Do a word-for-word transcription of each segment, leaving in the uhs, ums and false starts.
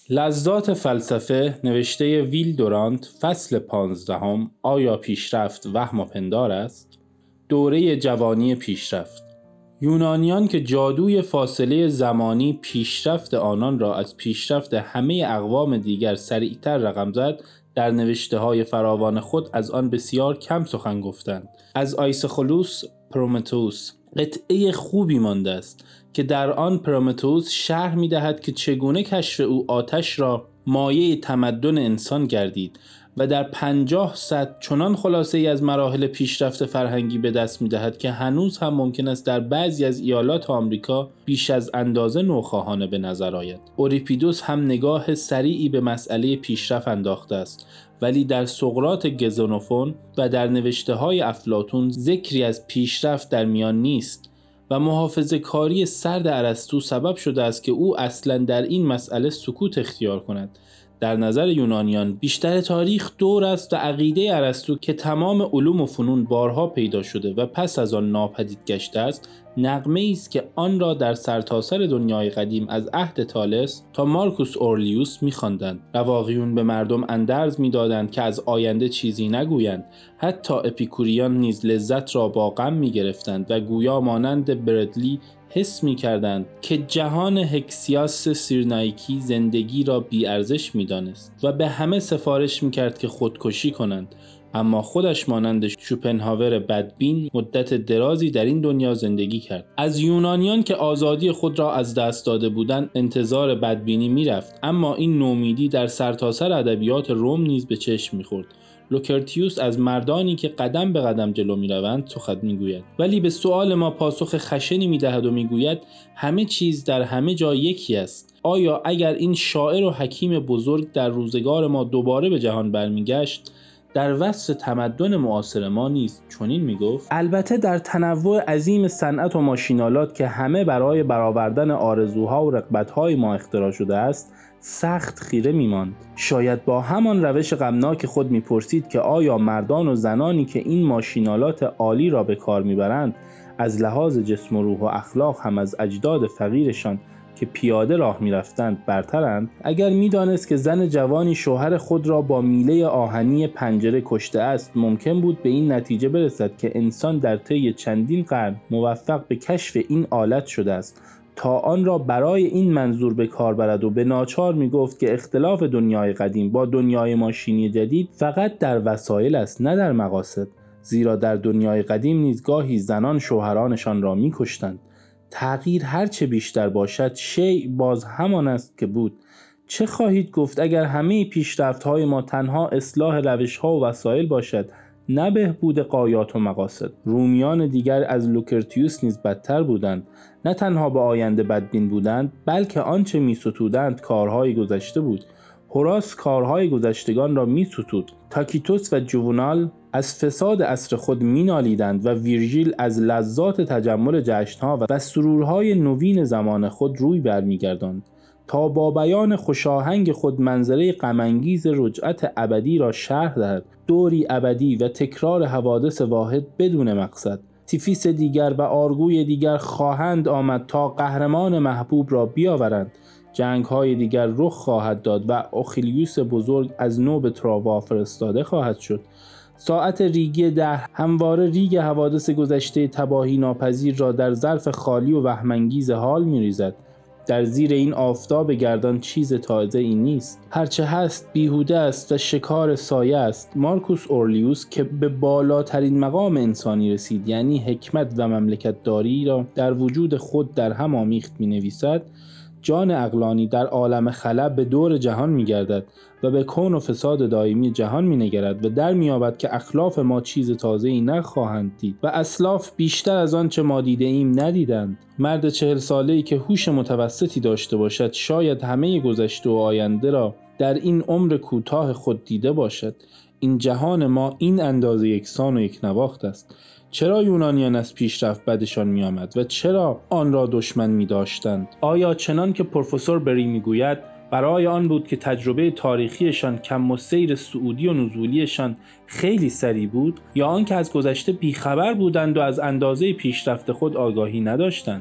لذات فلسفه نوشته ویل دورانت فصل پانزدهم. آیا پیشرفت وهم و پندار است؟ دوره جوانی پیشرفت. یونانیان که جادوی فاصله زمانی پیشرفت آنان را از پیشرفت همه اقوام دیگر سریعتر رقم زد، در نوشته‌های فراوان خود از آن بسیار کم سخن گفتند. از آیسخلوس پرومتئوس قطعه خوبی مانده است که در آن پرومتئوس شرح می‌دهد که چگونه کشف او آتش را مایه تمدن انسان گردید و در پنجاه سطر چنان خلاصه ای از مراحل پیشرفت فرهنگی به دست می‌دهد که هنوز هم ممکن است در بعضی از ایالات آمریکا بیش از اندازه نوخواهانه به نظر آید. اوریپیدوس هم نگاه سریعی به مسئله پیشرفت انداخته است، ولی در سقراط گزنوفون و در نوشته‌های افلاطون ذکری از پیشرفت در میان نیست و محافظه‌کاری سرد ارسطو سبب شده است که او اصلاً در این مسئله سکوت اختیار کند. در نظر یونانیان بیشتر تاریخ دور است و عقیده ارسطو که تمام علوم و فنون بارها پیدا شده و پس از آن ناپدید گشته است، نغمه‌ای است که آن را در سرتاسر دنیای قدیم از عهد تالس تا مارکوس اورلیوس می‌خواندند. رواقیون به مردم اندرز می‌دادند که از آینده چیزی نگویند. حتی اپیکوریان نیز لذت را با غم می‌گرفتند و گویا مانند بردلی حس می کردند که جهان هکسیاس سیرنایکی زندگی را بی ارزش می دانست و به همه سفارش می کرد که خودکشی کنند، اما خودش مانند شوپنهاور بدبین مدت درازی در این دنیا زندگی کرد. از یونانیان که آزادی خود را از دست داده بودند انتظار بدبینی می رفت، اما این نومیدی در سرتاسر ادبیات روم نیز به چشم می خورد. لوکرتیوس از مردانی که قدم به قدم جلو می روند سخن می گوید، ولی به سؤال ما پاسخ خشنی می دهد و می گوید همه چیز در همه جا یکی است. آیا اگر این شاعر و حکیم بزرگ در روزگار ما دوباره به جهان برمیگشت، در وصف تمدن معاصر ما نیز چنین می گفت؟ البته در تنوع عظیم صنعت و ماشینالات که همه برای برآوردن آرزوها و رغبت‌های ما اختراع شده است، سخت خیره می‌ماند. شاید با همان روش غمناک خود می‌پرسید که آیا مردان و زنانی که این ماشینالات عالی را به کار می‌برند از لحاظ جسم و روح و اخلاق هم از اجداد فقیرشان که پیاده راه می‌رفتند برترند؟ اگر می‌دانست که زن جوانی شوهر خود را با میله آهنی پنجره کشته است، ممکن بود به این نتیجه برسد که انسان در طی چندین قرن موفق به کشف این آلت شده است تا آن را برای این منظور به کار برد و به ناچار می گفت که اختلاف دنیای قدیم با دنیای ماشینی جدید فقط در وسایل است، نه در مقاصد. زیرا در دنیای قدیم نیز گاهی زنان شوهرانشان را می کشتند. تغییر هرچه بیشتر باشد شیء باز همان است که بود. چه خواهید گفت اگر همه پیشرفت‌های ما تنها اصلاح روش‌ها و وسایل باشد، نه بهبود غایات و مقاصد؟ رومیان دیگر از لوکرتیوس نیز بدتر بودند. نه تنها به آینده بدبین بودند، بلکه آنچه می‌ستودند کارهای گذشته بود. هوراس کارهای گذشتگان را می‌ستود. تاکیتوس و جوونال از فساد عصر خود می‌نالیدند و ویرژیل از لذات تجمل جشن‌ها و سرورهای نوین زمان خود روی برمی‌گرداند تا با بیان خوشاهنگ خود منظره غم‌انگیز رجعت ابدی را شرح دهد، دوری ابدی و تکرار حوادث واحد بدون مقصد. تیفیس دیگر و آرگوی دیگر خواهند آمد تا قهرمان محبوب را بیاورند. جنگ‌های دیگر رخ خواهد داد و اخیلیوس بزرگ از نو به تراوا فرستاده خواهد شد. ساعت ریگی دهر همواره ریگ حوادث گذشته تباهی ناپذیر را در ظرف خالی و وهم‌انگیز حال می‌ریزد. در زیر این آفتاب گردان چیز تازه ای نیست. هرچه هست بیهوده است و شکار سایه است. مارکوس اورلیوس که به بالاترین مقام انسانی رسید، یعنی حکمت و مملکت داری را در وجود خود در هم آمیخت، می نویسد جان عقلانی در عالم خلا به دور جهان می گردد و به کون و فساد دائمی جهان می نگرد و در می یابد که اخلاف ما چیز تازه ای نخواهند دید و اسلاف بیشتر از آن چه ما دیده ایم ندیدند. مرد چهل ساله ای که هوش متوسطی داشته باشد شاید همه گذشته و آینده را در این عمر کوتاه خود دیده باشد. این جهان ما این اندازه یکسان و یک نواخت است. چرا یونانیان از پیشرفت بدشان می آمد و چرا آن را دشمن می داشتند؟ آیا چنان که پروفسور بری می گوید برای آن بود که تجربه تاریخیشان کم و سیر صعودی و نزولیشان خیلی سریع بود، یا آن که از گذشته بیخبر بودند و از اندازه پیشرفت خود آگاهی نداشتند؟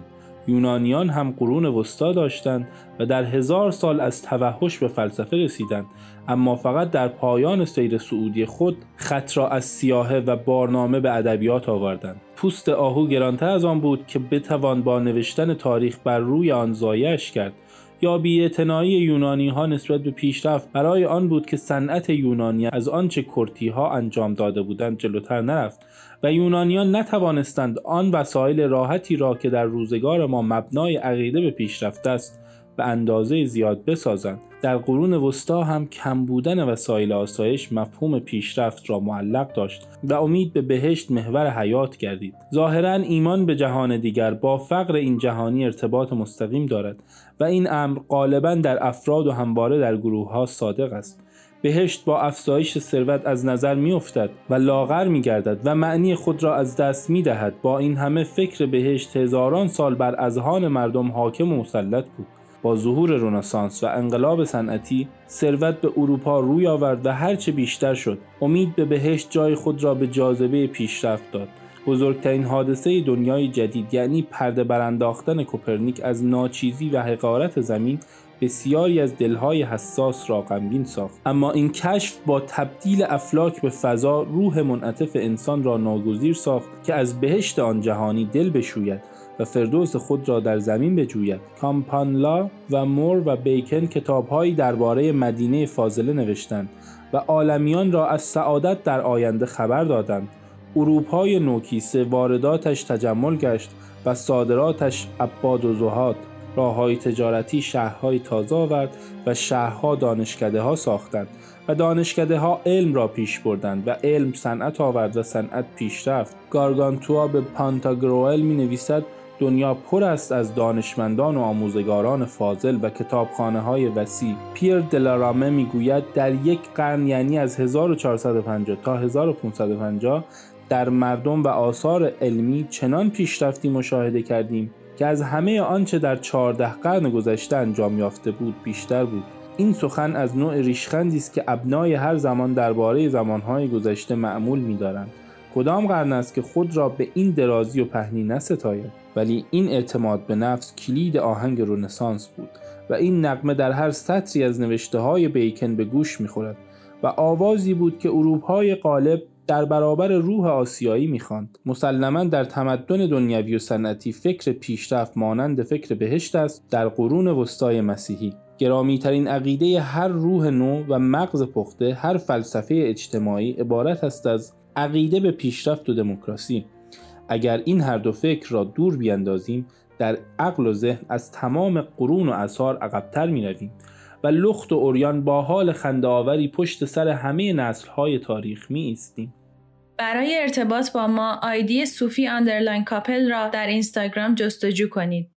یونانیان هم قرون وسطا داشتند و در هزار سال از توحش به فلسفه رسیدند، اما فقط در پایان سیر صعودی خود خط را از سیاهه و بارنامه به ادبیات آوردند. پوست آهو گرانتر از آن بود که بتوان با نوشتن تاریخ بر روی آن ضایعش کرد. یا بی‌اعتنایی یونانی ها نسبت به پیشرفت برای آن بود که صنعت یونانی از آنچه کرتی ها انجام داده بودند جلوتر نرفت و یونانیان نتوانستند آن وسایل راحتی را که در روزگار ما مبنای عقیده به پیشرفت است به اندازه زیاد بسازند. در قرون وسطا هم کم بودن وسایل آسایش مفهوم پیشرفت را معلق داشت و امید به بهشت محور حیات گردید. ظاهراً ایمان به جهان دیگر با فقر این جهانی ارتباط مستقیم دارد و این امر غالباً در افراد و همواره در گروه‌ها صادق است. بهشت با افزایش ثروت از نظر می افتد و لاغر می گردد و معنی خود را از دست می دهد. با این همه فکر بهشت هزاران سال بر اذهان مردم حاکم و مسلط بود. با ظهور رنسانس و انقلاب صنعتی ثروت به اروپا روی آورد و هرچه بیشتر شد امید به بهشت جای خود را به جاذبه پیشرفت داد. بزرگترین حادثه دنیای جدید یعنی پرده برانداختن کوپرنیک از ناچیزی و حقارت زمین بسیاری از دلهای حساس را غمگین ساخت. اما این کشف با تبدیل افلاک به فضا روح منعطف انسان را ناگزیر ساخت که از بهشت آن جهانی دل بشوید و فردوس خود را در زمین بجوید. کامپانلا و مور و بیکن کتاب‌هایی درباره مدینه فاضله نوشتند و عالمیان را از سعادت در آینده خبر دادند. اروپای نوکیسه وارداتش تجمل گشت و صادراتش عباد و زهاد. راه‌های تجارتی شهرهای تازه آورد و شهرها دانشکده‌ها ساختند و دانشکده‌ها علم را پیش بردند و علم صنعت آورد و صنعت پیش رفت. گارگانتوا به پانتاگروئل می نویسد دنیا پر است از دانشمندان و آموزگاران فاضل و کتابخانه‌های وسیع. پیر دلارامه میگوید در یک قرن یعنی از هزار و چهارصد و پنجاه تا هزار و پانصد و پنجاه در مردم و آثار علمی چنان پیشرفتی مشاهده کردیم که از همه آنچه در چهارده قرن گذشته انجام یافته بود بیشتر بود. این سخن از نوع ریشخندی است که ابنای هر زمان درباره زمانهای گذشته معمول می‌دارند. کدام قرن است که خود را به این درازی و پهنی نستاید؟ ولی این اعتماد به نفس کلید آهنگ رنسانس بود و این نغمه در هر سطری از نوشته‌های بیکن به گوش می‌خورد و آوازی بود که اروپای غالب در برابر روح آسیایی می‌خواند. مسلماً در تمدن دنیوی و صنعتی فکر پیشرفت مانند فکر بهشت است. در قرون وسطای مسیحی گرامی‌ترین عقیده هر روح نو و مغز پخته، هر فلسفه اجتماعی عبارت است از عقیده به پیشرفت و دموکراسی. اگر این هر دو فکر را دور بیندازیم در عقل و ذهن از تمام قرون و اعصار عقب‌تر می‌رویم و لخت و عریان با حال خنده‌آوری پشت سر همه نسل‌های تاریخ می‌ایستیم. برای ارتباط با ما آیدی صوفی اندرلاین کاپل را در اینستاگرام جستجو کنید.